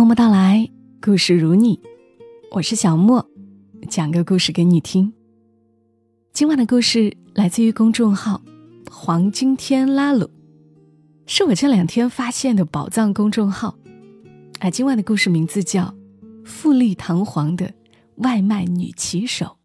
默默到来，故事如你，我是小莫，讲个故事给你听。今晚的故事来自于公众号黄金天拉鲁，是我这2天发现的宝藏公众号。而今晚的故事名字叫富丽堂皇的外卖女骑手。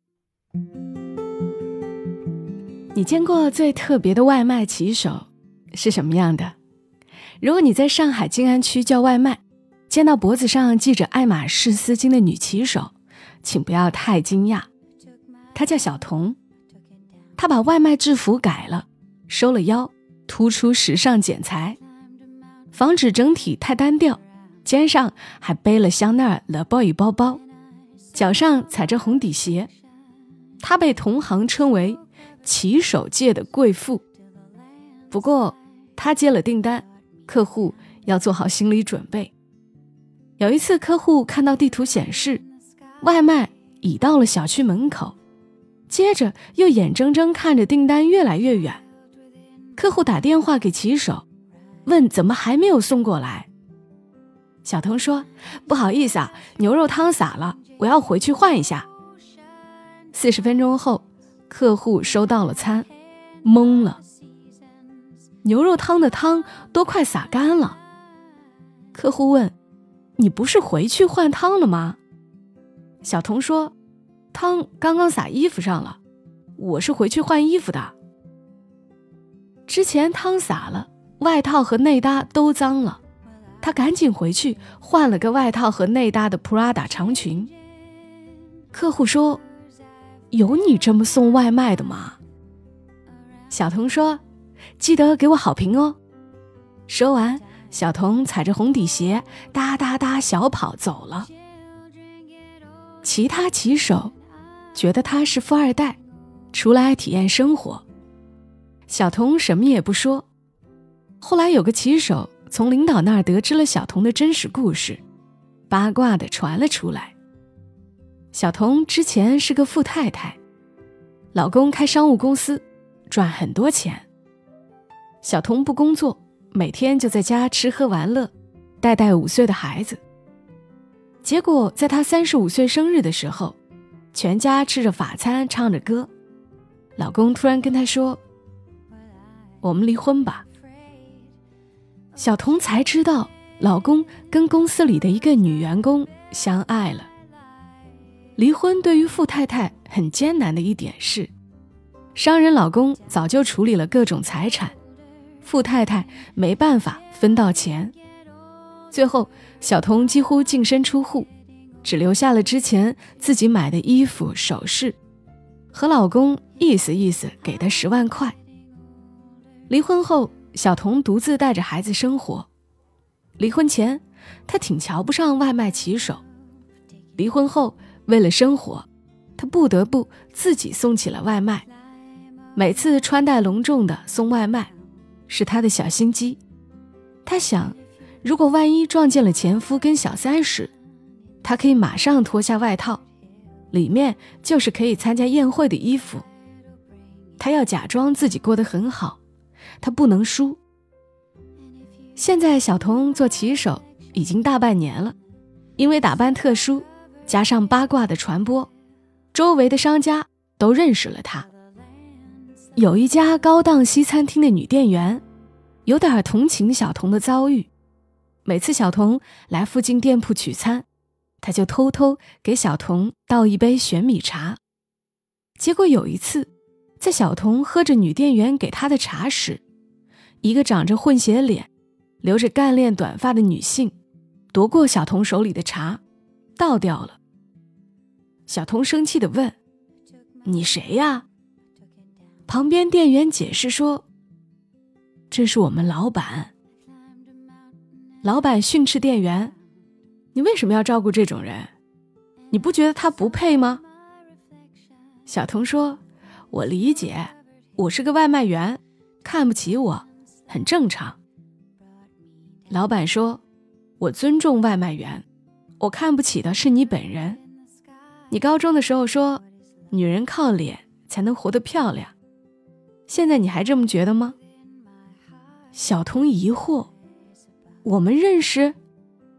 你见过最特别的外卖骑手是什么样的？如果你在上海静安区叫外卖，见到脖子上系着爱马仕丝巾的女骑手，请不要太惊讶。她叫小童，她把外卖制服改了，收了腰，突出时尚剪裁，防止整体太单调，肩上还背了香奈儿 Le Boy 包包，脚上踩着红底鞋。她被同行称为骑手界的贵妇。不过她接了订单，客户要做好心理准备。有一次客户看到地图显示外卖已到了小区门口，接着又眼睁睁看着订单越来越远。客户打电话给骑手，问怎么还没有送过来。小童说，不好意思啊，牛肉汤洒了，我要回去换一下。40分钟后，客户收到了餐，懵了，牛肉汤的汤都快洒干了。客户问，你不是回去换汤了吗？小童说，汤刚刚洒衣服上了，我是回去换衣服的。之前汤洒了，外套和内搭都脏了，他赶紧回去换了个外套和内搭的 Prada 长裙。客户说，有你这么送外卖的吗？小童说，记得给我好评哦。说完，小童踩着红底鞋哒哒哒小跑走了。其他骑手觉得他是富二代，出来体验生活。小童什么也不说。后来有个骑手从领导那儿得知了小童的真实故事，八卦地传了出来。小童之前是个富太太，老公开商务公司，赚很多钱。小童不工作，每天就在家吃喝玩乐，带5岁的孩子。结果在她35岁生日的时候，全家吃着法餐，唱着歌，老公突然跟她说，我们离婚吧。小童才知道老公跟公司里的一个女员工相爱了。离婚对于富太太很艰难的一点是，商人老公早就处理了各种财产，富太太没办法分到钱。最后小童几乎净身出户，只留下了之前自己买的衣服首饰，和老公意思意思给的10万块。离婚后，小童独自带着孩子生活。离婚前她挺瞧不上外卖骑手，离婚后为了生活，她不得不自己送起了外卖。每次穿戴隆重的送外卖是她的小心机。她想，如果万一撞见了前夫跟小三时，她可以马上脱下外套，里面就是可以参加宴会的衣服。她要假装自己过得很好，她不能输。现在小童做骑手已经大半年了，因为打扮特殊，加上八卦的传播，周围的商家都认识了她。有一家高档西餐厅的女店员有点同情小童的遭遇，每次小童来附近店铺取餐，她就偷偷给小童倒一杯玄米茶。结果有一次，在小童喝着女店员给她的茶时，一个长着混血脸，留着干练短发的女性夺过小童手里的茶，倒掉了。小童生气地问，你谁呀？旁边店员解释说，这是我们老板。老板训斥店员，你为什么要照顾这种人？你不觉得他不配吗？小童说，我理解，我是个外卖员，看不起我很正常。老板说，我尊重外卖员，我看不起的是你本人。你高中的时候说，女人靠脸才能活得漂亮，现在你还这么觉得吗？小童疑惑，我们认识？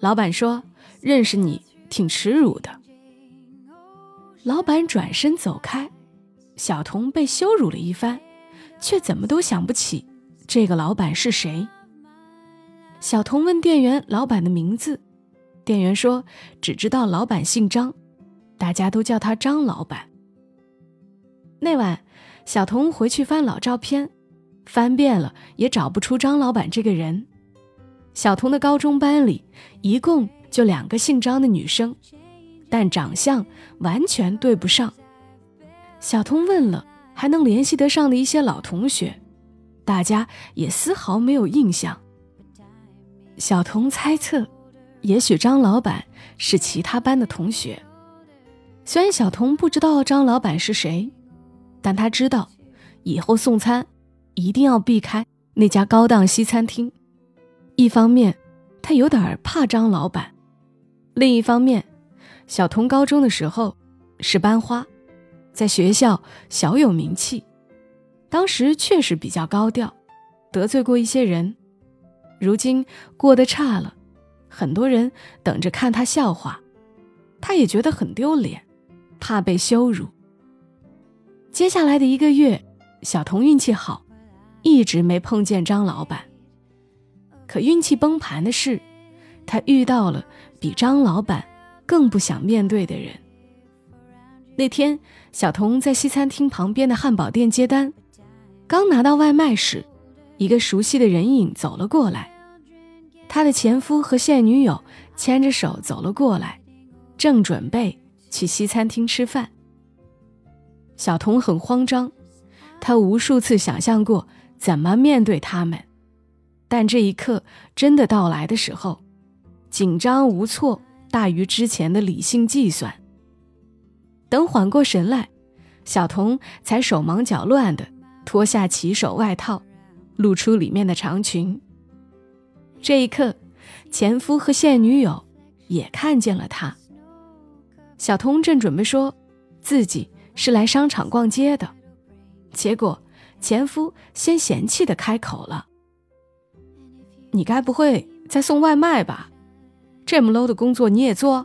老板说认识你挺耻辱的。老板转身走开，小童被羞辱了一番，却怎么都想不起这个老板是谁。小童问店员老板的名字，店员说只知道老板姓张，大家都叫他张老板。那晚小童回去翻老照片，翻遍了也找不出张老板这个人。小童的高中班里一共就2个姓张的女生，但长相完全对不上。小童问了还能联系得上的一些老同学，大家也丝毫没有印象。小童猜测，也许张老板是其他班的同学。虽然小童不知道张老板是谁，但他知道以后送餐一定要避开那家高档西餐厅。一方面他有点怕张老板，另一方面小童高中的时候是班花，在学校小有名气，当时确实比较高调，得罪过一些人，如今过得差了，很多人等着看他笑话，他也觉得很丢脸，怕被羞辱。接下来的1个月，小童运气好，一直没碰见张老板。可运气崩盘的是，他遇到了比张老板更不想面对的人。那天小童在西餐厅旁边的汉堡店接单，刚拿到外卖时，一个熟悉的人影走了过来。他的前夫和现女友牵着手走了过来，正准备去西餐厅吃饭。小童很慌张，他无数次想象过怎么面对他们，但这一刻真的到来的时候，紧张无措大于之前的理性计算。等缓过神来，小童才手忙脚乱地脱下骑手外套，露出里面的长裙。这一刻，前夫和现女友也看见了他。小童正准备说自己是来商场逛街的，结果前夫先嫌弃地开口了：你该不会在送外卖吧？这么 low 的工作你也做？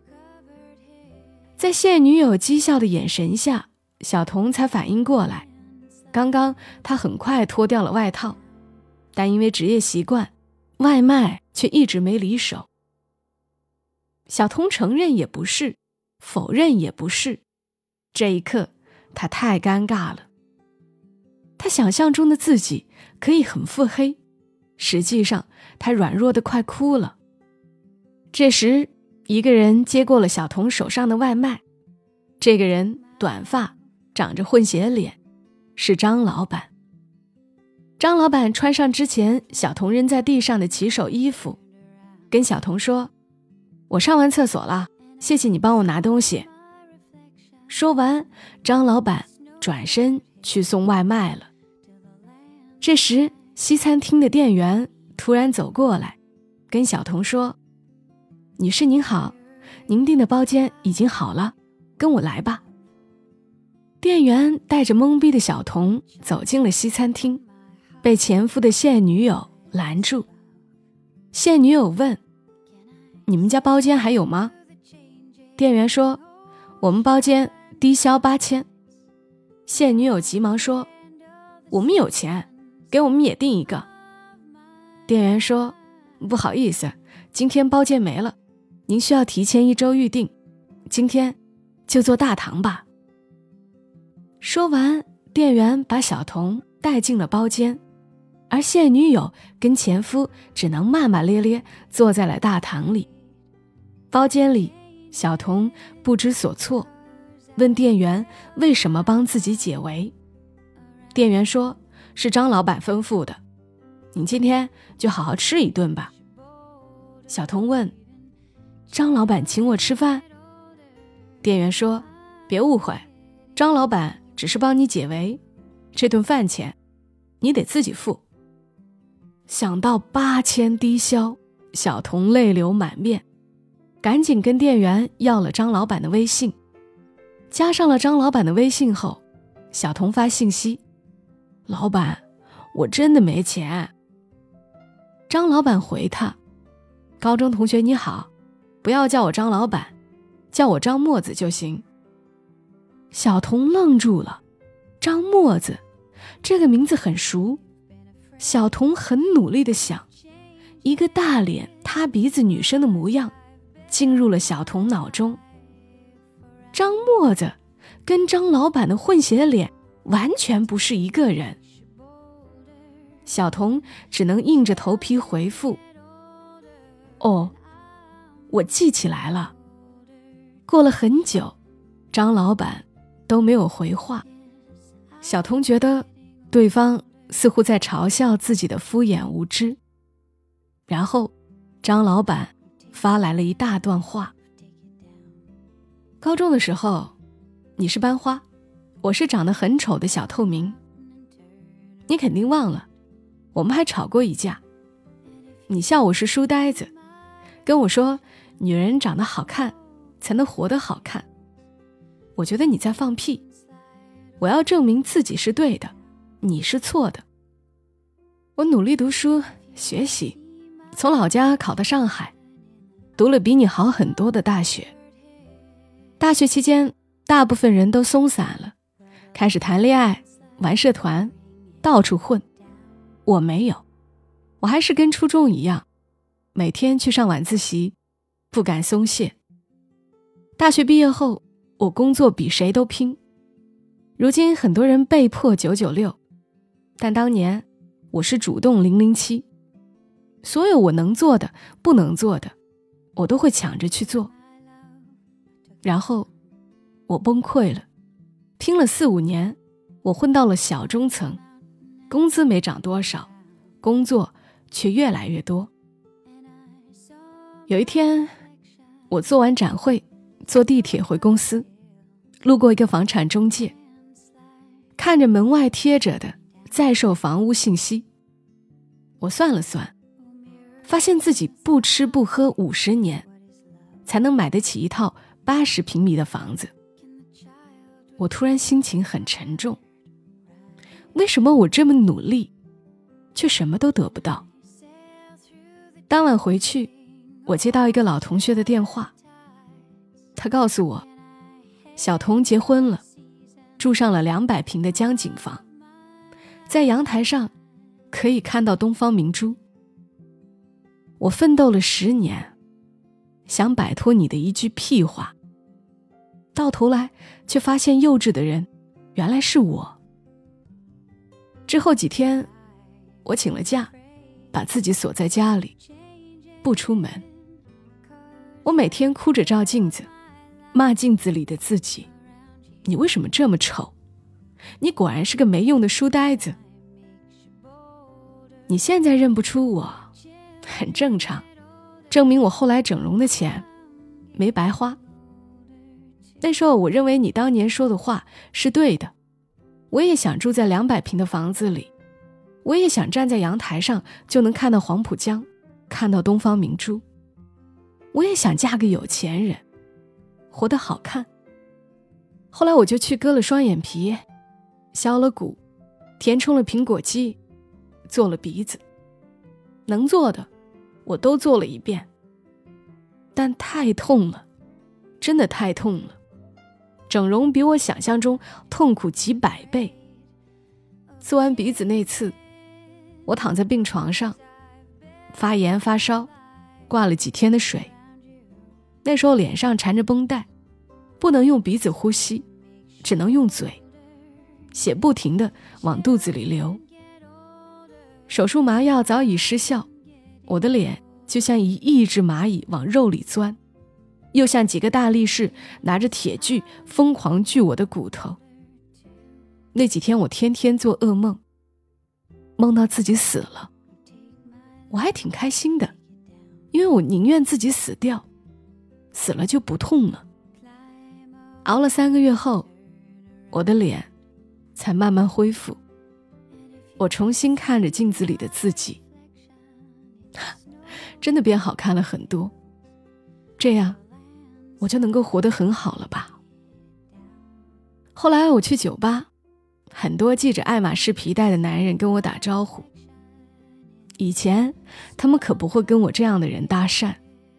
在现女友讥笑的眼神下，小童才反应过来，刚刚他很快脱掉了外套，但因为职业习惯，外卖却一直没离手。小童承认也不是，否认也不是，这一刻他太尴尬了。他想象中的自己可以很腹黑，实际上他软弱得快哭了。这时一个人接过了小童手上的外卖，这个人短发，长着混血脸，是张老板。张老板穿上之前小童扔在地上的骑手衣服，跟小童说：我上完厕所了，谢谢你帮我拿东西。说完，张老板转身去送外卖了。这时西餐厅的店员突然走过来，跟小童说：女士您好，您订的包间已经好了，跟我来吧。店员带着懵逼的小童走进了西餐厅，被前夫的现女友拦住。现女友问：你们家包间还有吗？店员说：我们包间低消8000。现女友急忙说：我们有钱，给我们也订一个。店员说：不好意思，今天包间没了，您需要提前1周预定，今天就做大堂吧。说完，店员把小童带进了包间，而现女友跟前夫只能骂骂咧咧坐在了大堂里。包间里，小童不知所措，问店员为什么帮自己解围。店员说：是张老板吩咐的，你今天就好好吃一顿吧。小童问：张老板请我吃饭？店员说：别误会，张老板只是帮你解围，这顿饭钱你得自己付。想到8000低消，小童泪流满面，赶紧跟店员要了张老板的微信。加上了张老板的微信后，小童发信息：老板，我真的没钱。张老板回他： 高中同学你好，不要叫我张老板，叫我张墨子就行。小童愣住了，张墨子这个名字很熟。小童很努力地想，一个大脸塌鼻子女生的模样进入了小童脑中。张墨子跟张老板的混血脸完全不是一个人。小童只能硬着头皮回复：哦，我记起来了。过了很久，张老板都没有回话。小童觉得对方似乎在嘲笑自己的敷衍无知。然后张老板发来了一大段话：高中的时候，你是班花，我是长得很丑的小透明。你肯定忘了，我们还吵过一架。你笑我是书呆子，跟我说女人长得好看才能活得好看。我觉得你在放屁，我要证明自己是对的，你是错的。我努力读书学习，从老家考到上海，读了比你好很多的大学。大学期间，大部分人都松散了，开始谈恋爱，玩社团，到处混。我没有，我还是跟初中一样，每天去上晚自习，不敢松懈。大学毕业后，我工作比谁都拼。如今很多人被迫996，但当年我是主动007。所有我能做的、不能做的，我都会抢着去做。然后我崩溃了，拼了4-5年，我混到了小中层，工资没涨多少，工作却越来越多。有一天，我做完展会，坐地铁回公司，路过一个房产中介，看着门外贴着的在售房屋信息，我算了算，发现自己不吃不喝50年才能买得起一套80平米的房子。我突然心情很沉重，为什么我这么努力却什么都得不到？当晚回去，我接到一个老同学的电话，他告诉我小童结婚了，住上了200平的江景房，在阳台上可以看到东方明珠。我奋斗了10年，想摆脱你的一句屁话，到头来却发现幼稚的人原来是我。之后几天，我请了假，把自己锁在家里，不出门。我每天哭着照镜子，骂镜子里的自己，你为什么这么丑？你果然是个没用的书呆子。你现在认不出我，很正常，证明我后来整容的钱没白花。那时候我认为你当年说的话是对的，我也想住在200平的房子里，我也想站在阳台上就能看到黄浦江，看到东方明珠。我也想嫁个有钱人，活得好看。后来我就去割了双眼皮，削了骨，填充了苹果肌，做了鼻子，能做的我都做了一遍。但太痛了，真的太痛了，整容比我想象中痛苦几百倍。做完鼻子那次，我躺在病床上，发炎发烧，挂了几天的水。那时候脸上缠着绷带，不能用鼻子呼吸，只能用嘴，血不停地往肚子里流。手术麻药早已失效，我的脸就像一亿只蚂蚁往肉里钻，又像几个大力士拿着铁锯疯狂锯我的骨头。那几天我天天做噩梦，梦到自己死了。我还挺开心的，因为我宁愿自己死掉，死了就不痛了。熬了3个月后，我的脸才慢慢恢复。我重新看着镜子里的自己，真的变好看了很多。这样我就能够活得很好了吧。后来我去酒吧，很多系着爱马仕皮带的男人跟我打招呼， 以前他们可不会跟我这样的人搭讪。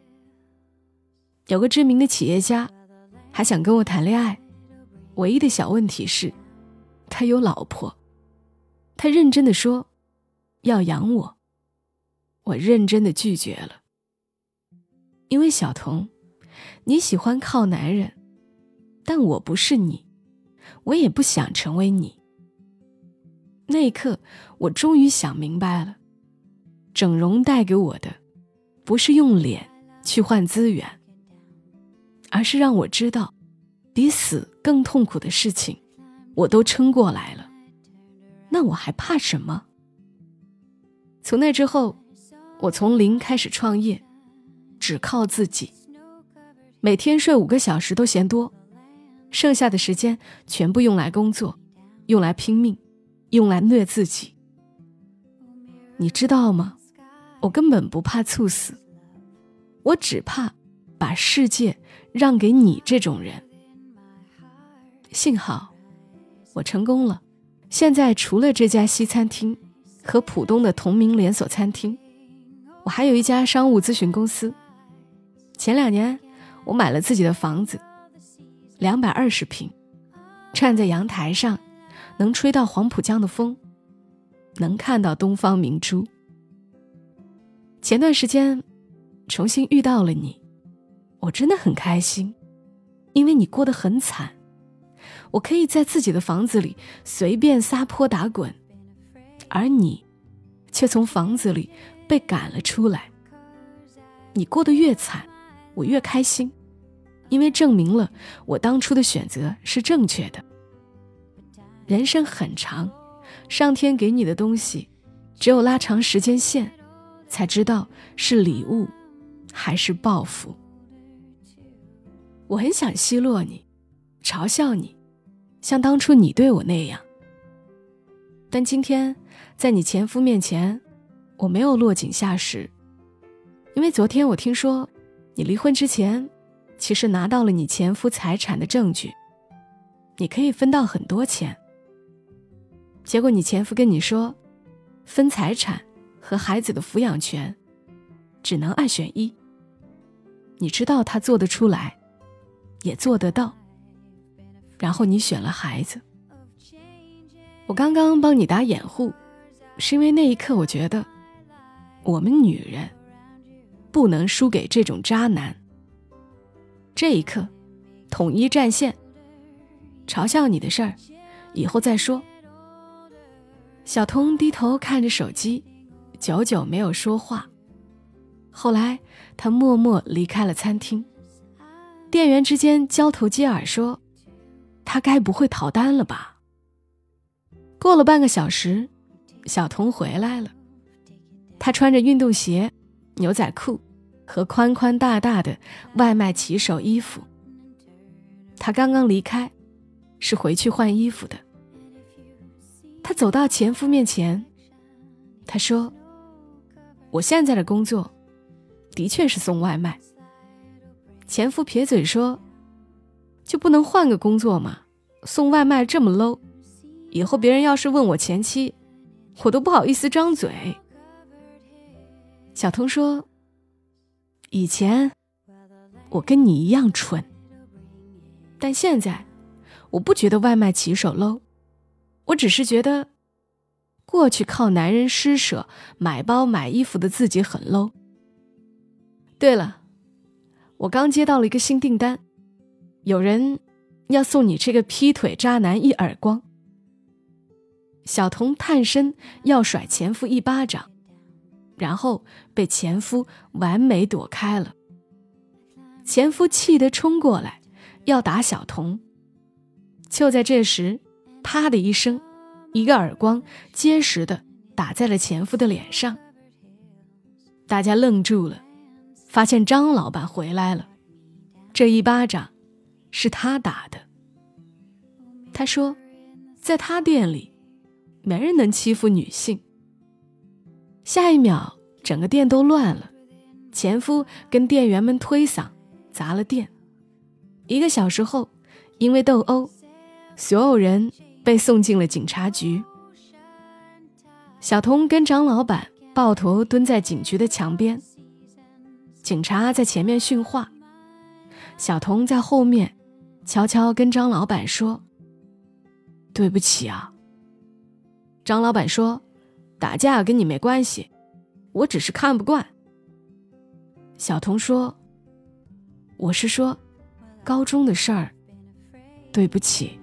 有个知名的企业家还想跟我谈恋爱，唯一的小问题是他有老婆。他认真地说要养我，我认真地拒绝了。因为小童，你喜欢靠男人，但我不是你，我也不想成为你。那一刻我终于想明白了，整容带给我的不是用脸去换资源，而是让我知道比死更痛苦的事情我都撑过来了，那我还怕什么？从那之后，我从零开始创业，只靠自己，每天睡5个小时都嫌多，剩下的时间全部用来工作，用来拼命，用来虐自己。你知道吗？我根本不怕猝死，我只怕把世界让给你这种人。幸好我成功了，现在除了这家西餐厅和浦东的同名连锁餐厅，我还有一家商务咨询公司。前2年我买了自己的房子，220平，站在阳台上能吹到黄浦江的风，能看到东方明珠。前段时间重新遇到了你，我真的很开心，因为你过得很惨，我可以在自己的房子里随便撒泼打滚，而你却从房子里被赶了出来。你过得越惨，我越开心，因为证明了我当初的选择是正确的。人生很长，上天给你的东西，只有拉长时间线，才知道是礼物还是报复。我很想奚落你，嘲笑你，像当初你对我那样。但今天在你前夫面前，我没有落井下石，因为昨天我听说你离婚之前其实拿到了你前夫财产的证据，你可以分到很多钱。结果你前夫跟你说，分财产和孩子的抚养权只能2选1。你知道他做得出来，也做得到，然后你选了孩子。我刚刚帮你打掩护，是因为那一刻我觉得我们女人不能输给这种渣男。这一刻统一战线，嘲笑你的事儿以后再说。小童低头看着手机，久久没有说话。后来他默默离开了餐厅，店员之间交头接耳说，他该不会逃单了吧。过了半个小时，小童回来了，他穿着运动鞋、牛仔裤和宽宽大大的外卖骑手衣服。他刚刚离开，是回去换衣服的。他走到前夫面前，他说，我现在的工作的确是送外卖。前夫撇嘴说，就不能换个工作吗？送外卖这么 low， 以后别人要是问我前妻，我都不好意思张嘴。小童说，以前我跟你一样蠢，但现在我不觉得外卖骑手 low， 我只是觉得过去靠男人施舍买包买衣服的自己很 low。 对了，我刚接到了一个新订单，有人要送你这个劈腿渣男一耳光。小童探身要甩前夫一巴掌，然后被前夫完美躲开了。前夫气得冲过来要打小童，就在这时，啪的一声，一个耳光结实地打在了前夫的脸上。大家愣住了，发现张老板回来了，这一巴掌是他打的。他说，在他店里没人能欺负女性。下一秒整个店都乱了，前夫跟店员们推搡砸了店。1个小时后，因为斗殴，所有人被送进了警察局。小童跟张老板抱头蹲在警局的墙边，警察在前面训话，小童在后面悄悄跟张老板说：“对不起啊。”张老板说：“打架跟你没关系，我只是看不惯。”小童说：“我是说高中的事儿，对不起。”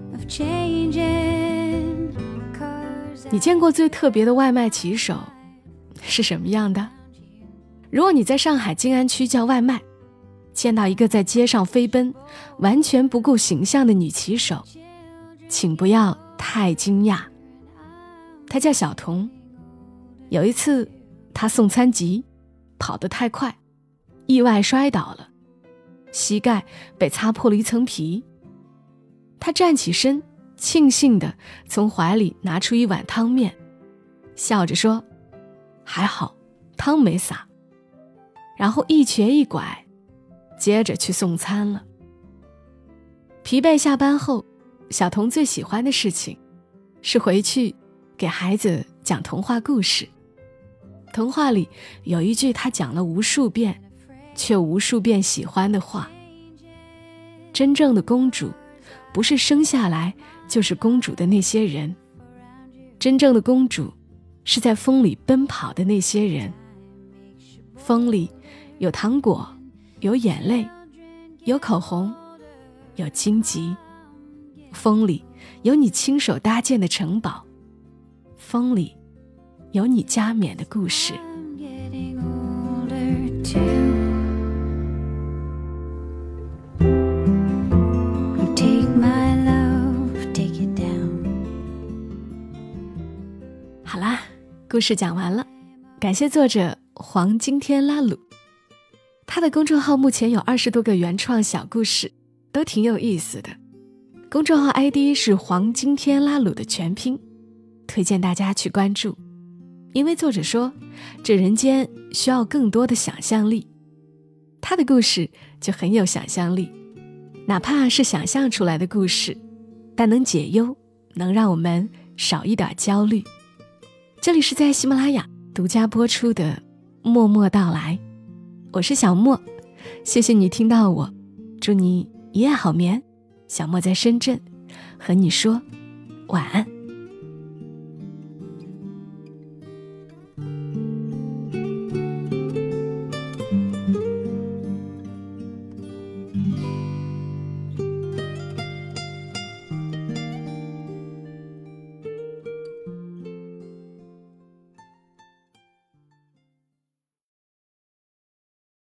你见过最特别的外卖骑手是什么样的？如果你在上海静安区叫外卖，见到一个在街上飞奔完全不顾形象的女骑手，请不要太惊讶。她叫小童。有一次她送餐急，跑得太快，意外摔倒了，膝盖被擦破了一层皮。她站起身，庆幸地从怀里拿出一碗汤面，笑着说：“还好汤没洒。”然后一瘸一拐接着去送餐了。疲惫下班后，小童最喜欢的事情是回去给孩子讲童话故事。童话里有一句他讲了无数遍却无数遍喜欢的话：真正的公主不是生下来就是公主的那些人，真正的公主是在风里奔跑的那些人。风里有糖果，有眼泪，有口红，有荆棘。风里有你亲手搭建的城堡，风里有你加冕的故事。好啦，故事讲完了，感谢作者黄金天拉鲁。他的公众号目前有20多个原创小故事，都挺有意思的。公众号 ID 是黄金天拉鲁的全拼，推荐大家去关注。因为作者说，这人间需要更多的想象力。他的故事就很有想象力，哪怕是想象出来的故事，但能解忧，能让我们少一点焦虑。这里是在喜马拉雅独家播出的默默到来，我是小莫，谢谢你听到我，祝你一夜好眠。小莫在深圳和你说晚安。